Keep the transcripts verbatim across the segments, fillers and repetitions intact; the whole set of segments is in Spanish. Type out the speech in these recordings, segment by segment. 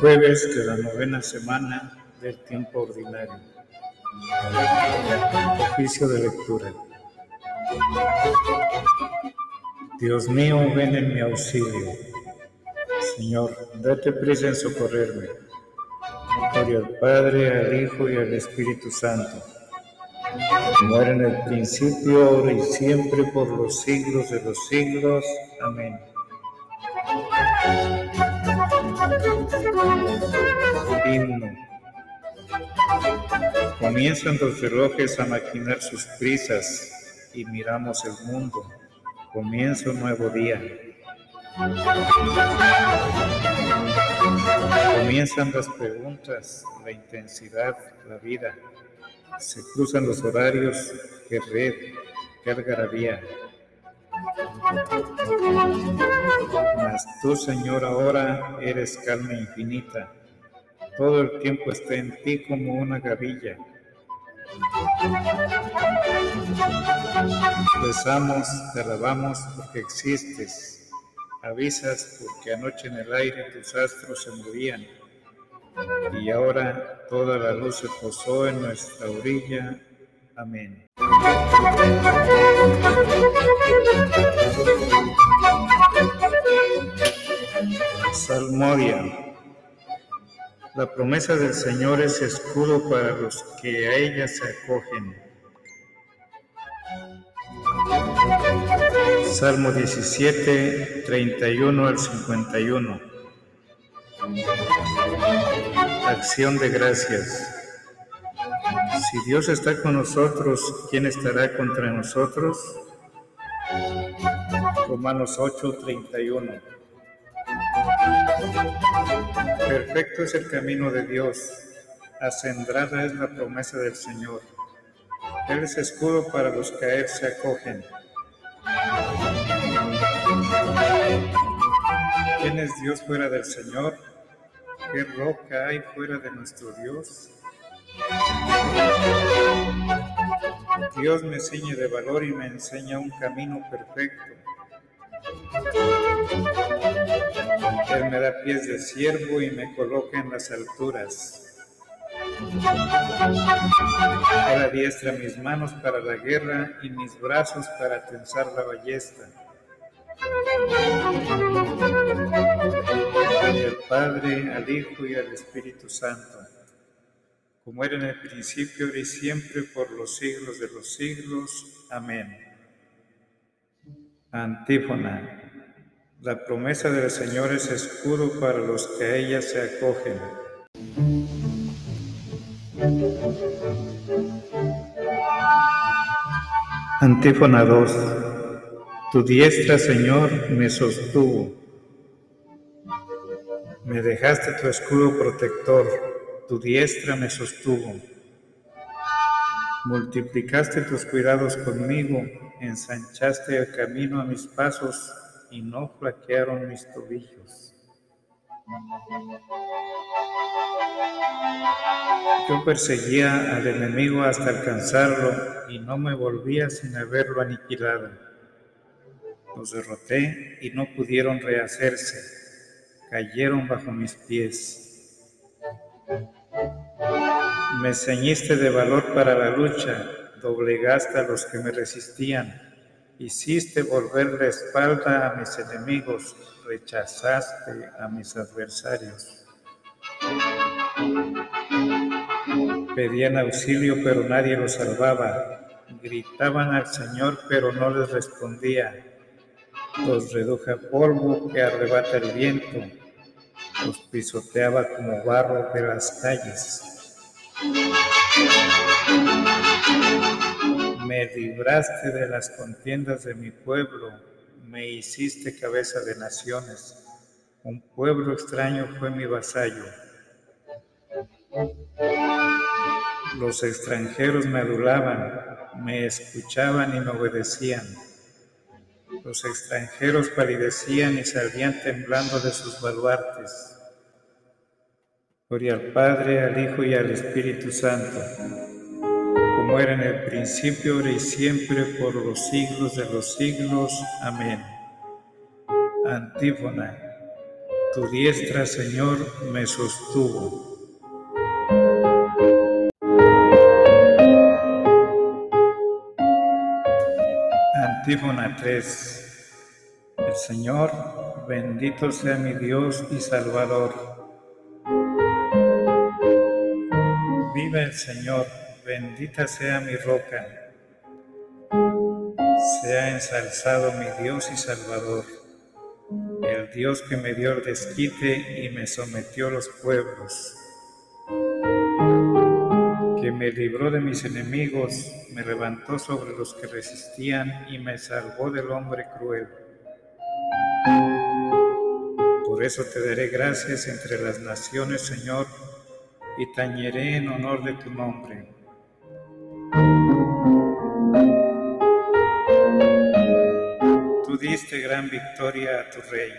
Jueves de la novena semana del tiempo ordinario. Oficio de lectura. Dios mío, ven en mi auxilio. Señor, date prisa en socorrerme. Gloria al Padre, al Hijo y al Espíritu Santo, como era en el principio, ahora y siempre, por los siglos de los siglos. Amén. Himno. Comienzan los relojes a maquinar sus prisas y miramos el mundo. Comienza un nuevo día. Comienzan las preguntas, la intensidad, la vida. Se cruzan los horarios, qué red, qué algarabía. Mas tú, Señor, ahora eres calma infinita. Todo el tiempo está en ti como una gavilla. Rezamos, te alabamos porque existes. Avisas porque anoche en el aire tus astros se movían. Y ahora toda la luz se posó en nuestra orilla. Amén. Salmodia. La promesa del Señor es escudo para los que a ella se acogen. Salmo diecisiete, treinta y uno al cincuenta y uno. Acción de gracias. Si Dios está con nosotros, ¿quién estará contra nosotros? Romanos ocho, treinta y uno. Perfecto es el camino de Dios, acendrada es la promesa del Señor. Él es escudo para los que a Él se acogen. ¿Quién es Dios fuera del Señor? ¿Qué roca hay fuera de nuestro Dios? Dios me ciñe de valor y me enseña un camino perfecto. Él me da pies de siervo y me coloca en las alturas. Él adiestra mis manos para la guerra y mis brazos para tensar la ballesta. Gloria al Padre, al Hijo y al Espíritu Santo, como era en el principio, ahora y siempre, por los siglos de los siglos. Amén. Antífona. La promesa del Señor es escudo para los que a ella se acogen. Antífona dos. Tu diestra, Señor, me sostuvo. Me dejaste tu escudo protector, tu diestra me sostuvo. Multiplicaste tus cuidados conmigo, ensanchaste el camino a mis pasos y no flaquearon mis tobillos. Yo perseguía al enemigo hasta alcanzarlo y no me volvía sin haberlo aniquilado. Los derroté y no pudieron rehacerse, cayeron bajo mis pies. Me ceñiste de valor para la lucha, doblegaste a los que me resistían. Hiciste volver la espalda a mis enemigos, rechazaste a mis adversarios. Pedían auxilio, pero nadie los salvaba. Gritaban al Señor, pero no les respondía. Los reduje a polvo que arrebata el viento. Los pisoteaba como barro de las calles. Me libraste de las contiendas de mi pueblo, me hiciste cabeza de naciones. Un pueblo extraño fue mi vasallo. Los extranjeros me adulaban, me escuchaban y me obedecían. Los extranjeros palidecían y salían temblando de sus baluartes. Gloria al Padre, al Hijo y al Espíritu Santo, como era en el principio, ahora y siempre, por los siglos de los siglos. Amén. Antífona. Tu diestra, Señor, me sostuvo. Antífona tres. El Señor, bendito sea mi Dios y Salvador. Viva el Señor, bendita sea mi roca. Sea ensalzado mi Dios y Salvador, el Dios que me dio el desquite y me sometió a los pueblos, que me libró de mis enemigos, me levantó sobre los que resistían y me salvó del hombre cruel. Por eso te daré gracias entre las naciones, Señor, y tañeré en honor de tu nombre. Tú diste gran victoria a tu rey.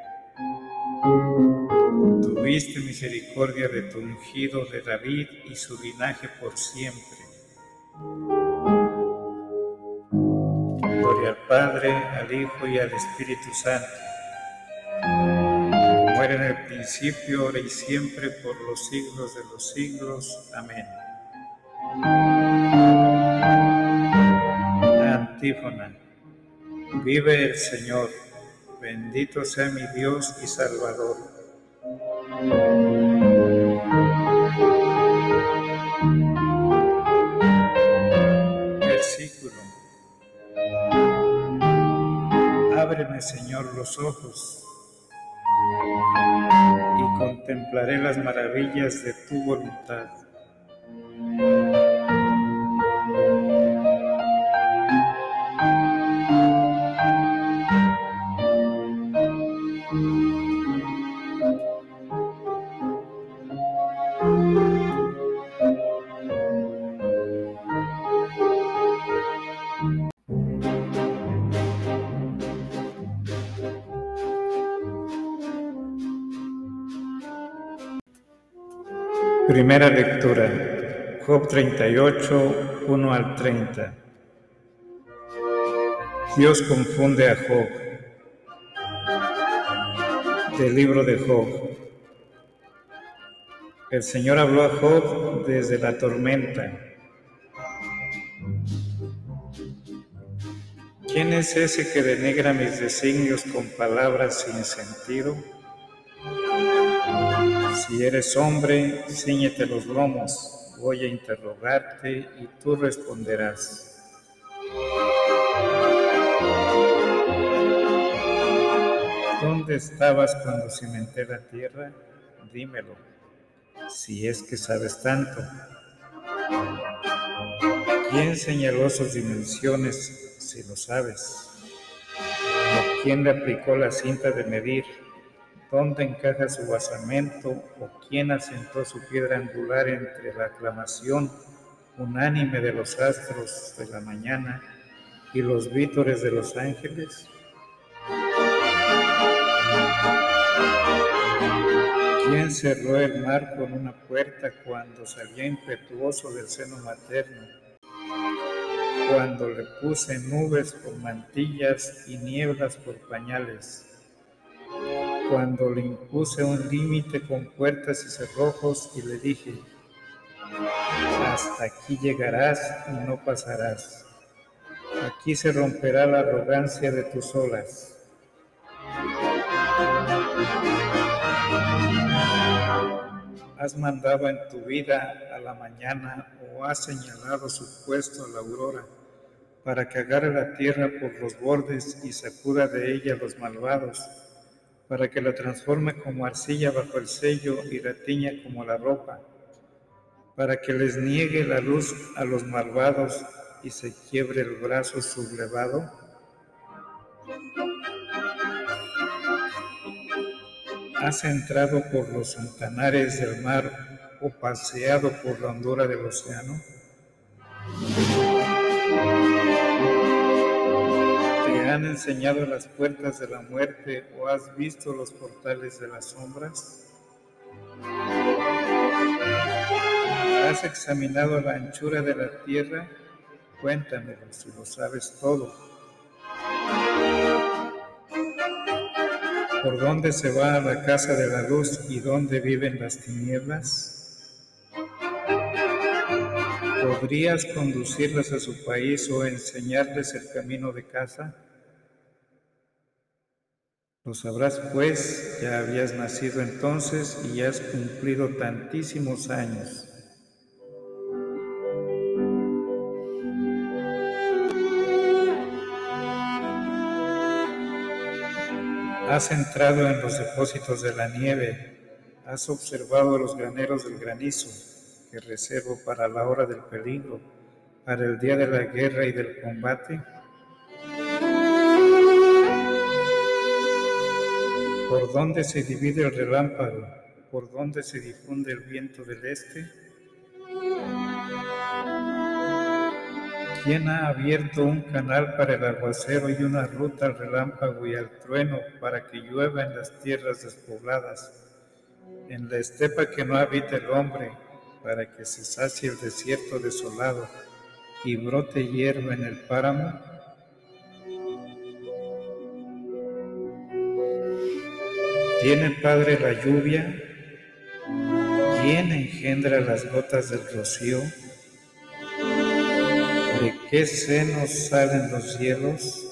Tuviste misericordia de tu ungido de David y su linaje por siempre. Gloria al Padre, al Hijo y al Espíritu Santo, como era en el principio, ahora y siempre, por los siglos de los siglos. Amén. Antífona. Vive el Señor, bendito sea mi Dios y Salvador. Versículo. Ábreme, Señor, los ojos, y contemplaré las maravillas de tu voluntad. Primera lectura, Job treinta y ocho, uno al treinta. Dios confunde a Job. Del libro de Job. El Señor habló a Job desde la tormenta. ¿Quién es ese que denegra mis designios con palabras sin sentido? Si eres hombre, cíñete los lomos, voy a interrogarte y tú responderás. ¿Dónde estabas cuando cimenté la tierra? Dímelo, si es que sabes tanto. ¿Quién señaló sus dimensiones, si lo sabes? ¿O quién le aplicó la cinta de medir? ¿Dónde encaja su basamento? ¿O quién asentó su piedra angular entre la aclamación unánime de los astros de la mañana y los vítores de los ángeles? ¿Quién cerró el mar con una puerta cuando salía impetuoso del seno materno? Cuando le puse nubes por mantillas y nieblas por pañales. Cuando le impuse un límite con puertas y cerrojos y le dije, hasta aquí llegarás y no pasarás. Aquí se romperá la arrogancia de tus olas. ¿Has mandado en tu vida a la mañana o has señalado su puesto a la aurora para que agarre la tierra por los bordes y sacuda de ella a los malvados, para que la transforme como arcilla bajo el sello y la tiña como la ropa, para que les niegue la luz a los malvados y se quiebre el brazo sublevado? ¿Has entrado por los ventanares del mar o paseado por la hondura del océano? ¿Te han enseñado las puertas de la muerte o has visto los portales de las sombras? ¿Has examinado la anchura de la tierra? Cuéntamelo si lo sabes todo. ¿Por dónde se va a la casa de la luz y dónde viven las tinieblas? ¿Podrías conducirlas a su país o enseñarles el camino de casa? Lo sabrás pues, ya habías nacido entonces y ya has cumplido tantísimos años. Has entrado en los depósitos de la nieve, has observado los graneros del granizo, que reservo para la hora del peligro, para el día de la guerra y del combate. ¿Por dónde se divide el relámpago? ¿Por dónde se difunde el viento del este? ¿Quién ha abierto un canal para el aguacero y una ruta al relámpago y al trueno para que llueva en las tierras despobladas, en la estepa que no habita el hombre, para que se sacie el desierto desolado y brote hierba en el páramo? ¿Tiene padre la lluvia? ¿Quién engendra las gotas del rocío? ¿De qué senos salen los hielos?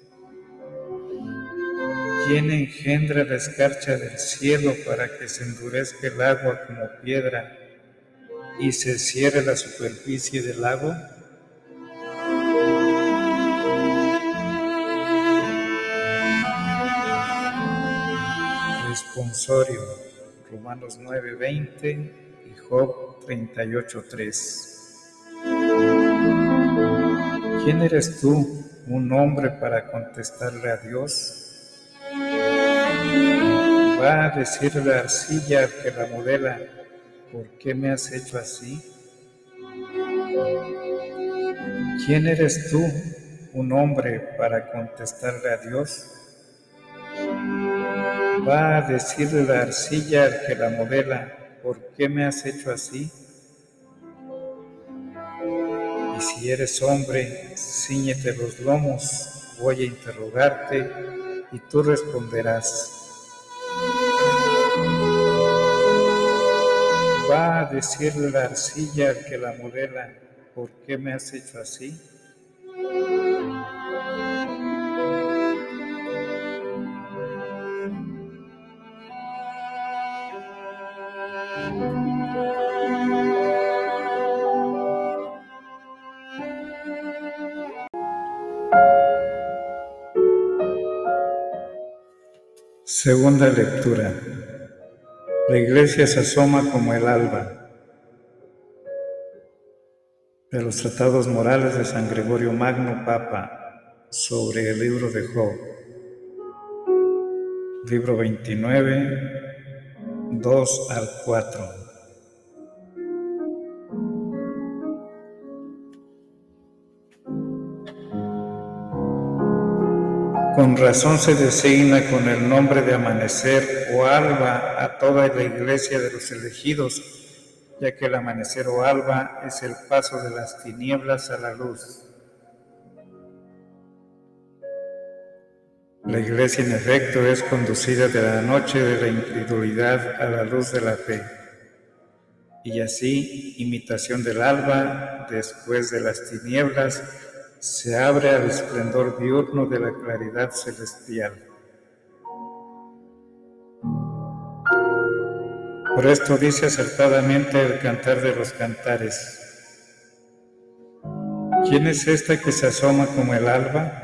¿Quién engendra la escarcha del cielo para que se endurezca el agua como piedra y se cierre la superficie del lago? Responsorio, Romanos nueve veinte y Job treinta y ocho tres. ¿Quién eres tú, un hombre, para contestarle a Dios? Va a decir la arcilla al que la modela, ¿por qué me has hecho así? ¿Quién eres tú, un hombre, para contestarle a Dios? Va a decirle la arcilla al que la modela, ¿por qué me has hecho así? Y si eres hombre, cíñete los lomos, voy a interrogarte y tú responderás. Va a decirle la arcilla al que la modela, ¿por qué me has hecho así? Segunda lectura. La iglesia se asoma como el alba. De los tratados morales de San Gregorio Magno, Papa, sobre el libro de Job. Libro veintinueve, dos al cuatro. Con razón se designa con el nombre de amanecer o alba a toda la iglesia de los elegidos, ya que el amanecer o alba es el paso de las tinieblas a la luz. La iglesia, en efecto, es conducida de la noche de la incredulidad a la luz de la fe. Y así, imitación del alba, después de las tinieblas, se abre al esplendor diurno de la claridad celestial. Por esto dice acertadamente el Cantar de los Cantares: ¿quién es esta que se asoma como el alba?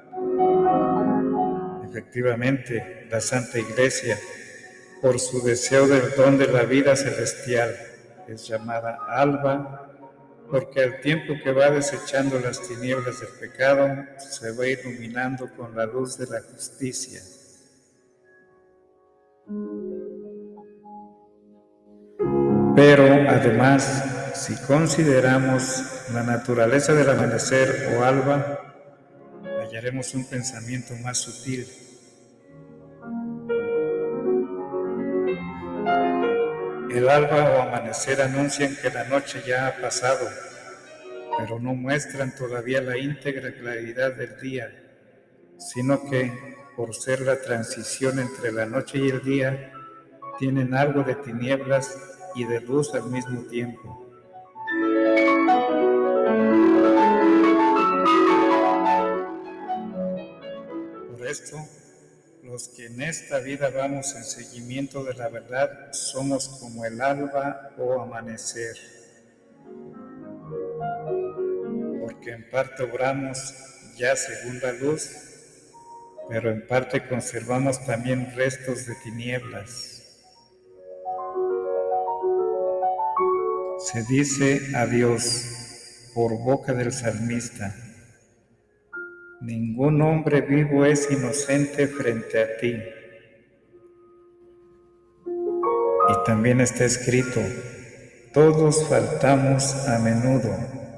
Efectivamente, la Santa Iglesia, por su deseo del don de la vida celestial, es llamada alba, porque al tiempo que va desechando las tinieblas del pecado, se va iluminando con la luz de la justicia. Pero, además, si consideramos la naturaleza del amanecer o alba, hallaremos un pensamiento más sutil. El alba o amanecer anuncian que la noche ya ha pasado, pero no muestran todavía la íntegra claridad del día, sino que, por ser la transición entre la noche y el día, tienen algo de tinieblas y de luz al mismo tiempo. Por esto, los que en esta vida vamos en seguimiento de la verdad somos como el alba o amanecer, porque en parte obramos ya según la luz, pero en parte conservamos también restos de tinieblas. Se dice a Dios por boca del salmista: ningún hombre vivo es inocente frente a ti. Y también está escrito: todos faltamos a menudo.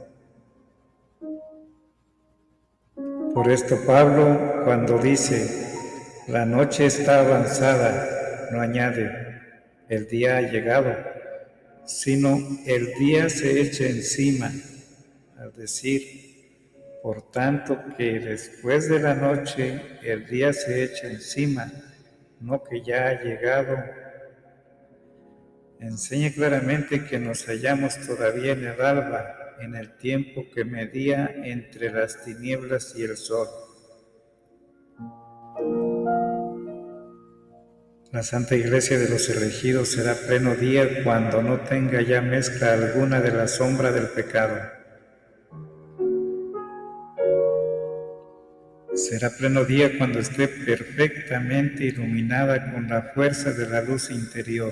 Por esto Pablo, cuando dice: la noche está avanzada, no añade: el día ha llegado, sino el día se echa encima, al decir: por tanto que después de la noche el día se echa encima, no que ya ha llegado. Enseña claramente que nos hallamos todavía en el alba, en el tiempo que medía entre las tinieblas y el sol. La Santa Iglesia de los elegidos será pleno día cuando no tenga ya mezcla alguna de la sombra del pecado. Será pleno día cuando esté perfectamente iluminada con la fuerza de la luz interior.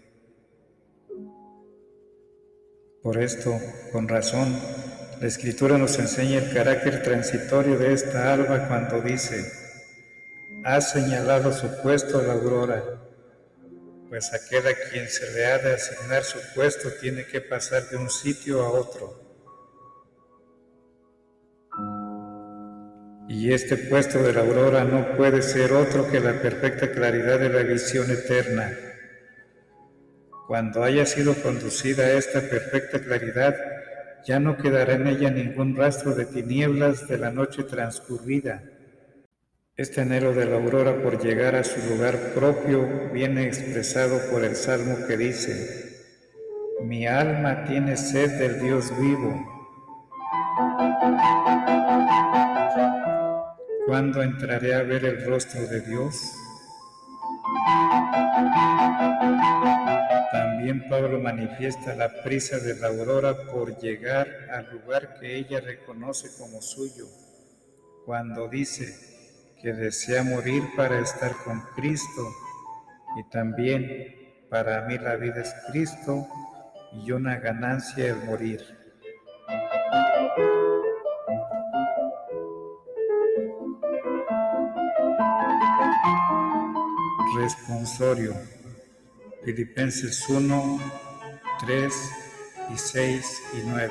Por esto, con razón, la Escritura nos enseña el carácter transitorio de esta alba cuando dice: ha señalado su puesto la aurora, pues aquel a quien se le ha de asignar su puesto tiene que pasar de un sitio a otro. Y este puesto de la aurora no puede ser otro que la perfecta claridad de la visión eterna. Cuando haya sido conducida a esta perfecta claridad, ya no quedará en ella ningún rastro de tinieblas de la noche transcurrida. Este anhelo de la aurora por llegar a su lugar propio viene expresado por el Salmo que dice: mi alma tiene sed del Dios vivo. ¿Cuándo entraré a ver el rostro de Dios? También Pablo manifiesta la prisa de la aurora por llegar al lugar que ella reconoce como suyo, cuando dice que desea morir para estar con Cristo, y también: para mí la vida es Cristo y una ganancia el morir. Responsorio. Filipenses uno, tres y seis y nueve.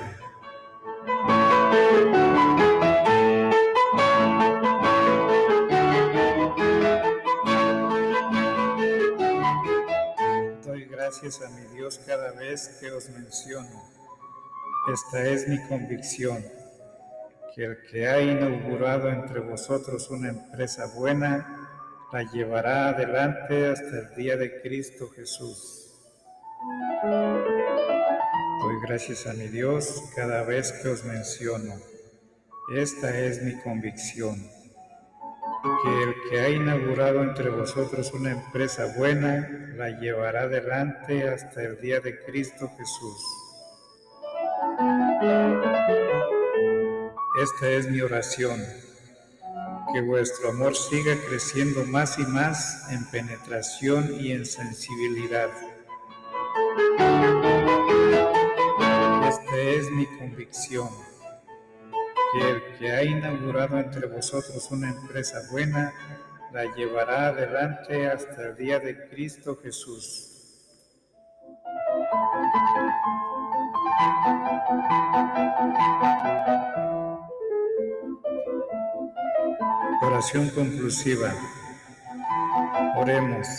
Doy gracias a mi Dios cada vez que os menciono. Esta es mi convicción, que el que ha inaugurado entre vosotros una empresa buena, la llevará adelante hasta el día de Cristo Jesús. Doy gracias a mi Dios cada vez que os menciono. Esta es mi convicción, que el que ha inaugurado entre vosotros una empresa buena, la llevará adelante hasta el día de Cristo Jesús. Esta es mi oración, que vuestro amor siga creciendo más y más en penetración y en sensibilidad. Esta es mi convicción, que el que ha inaugurado entre vosotros una empresa buena, la llevará adelante hasta el día de Cristo Jesús. Oración conclusiva. Oremos.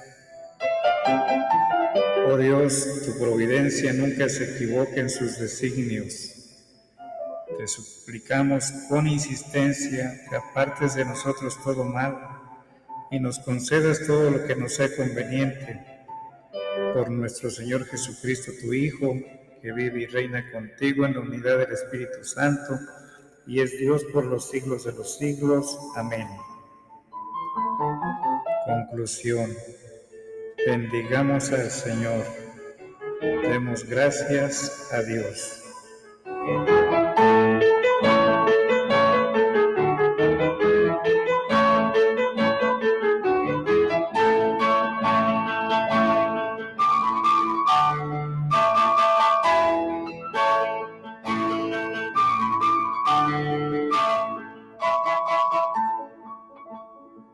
Oh Dios, tu providencia nunca se equivoca en sus designios. Te suplicamos con insistencia que apartes de nosotros todo mal y nos concedas todo lo que nos sea conveniente. Por nuestro Señor Jesucristo, tu Hijo, que vive y reina contigo en la unidad del Espíritu Santo, y es Dios por los siglos de los siglos. Amén. Conclusión. Bendigamos al Señor. Demos gracias a Dios.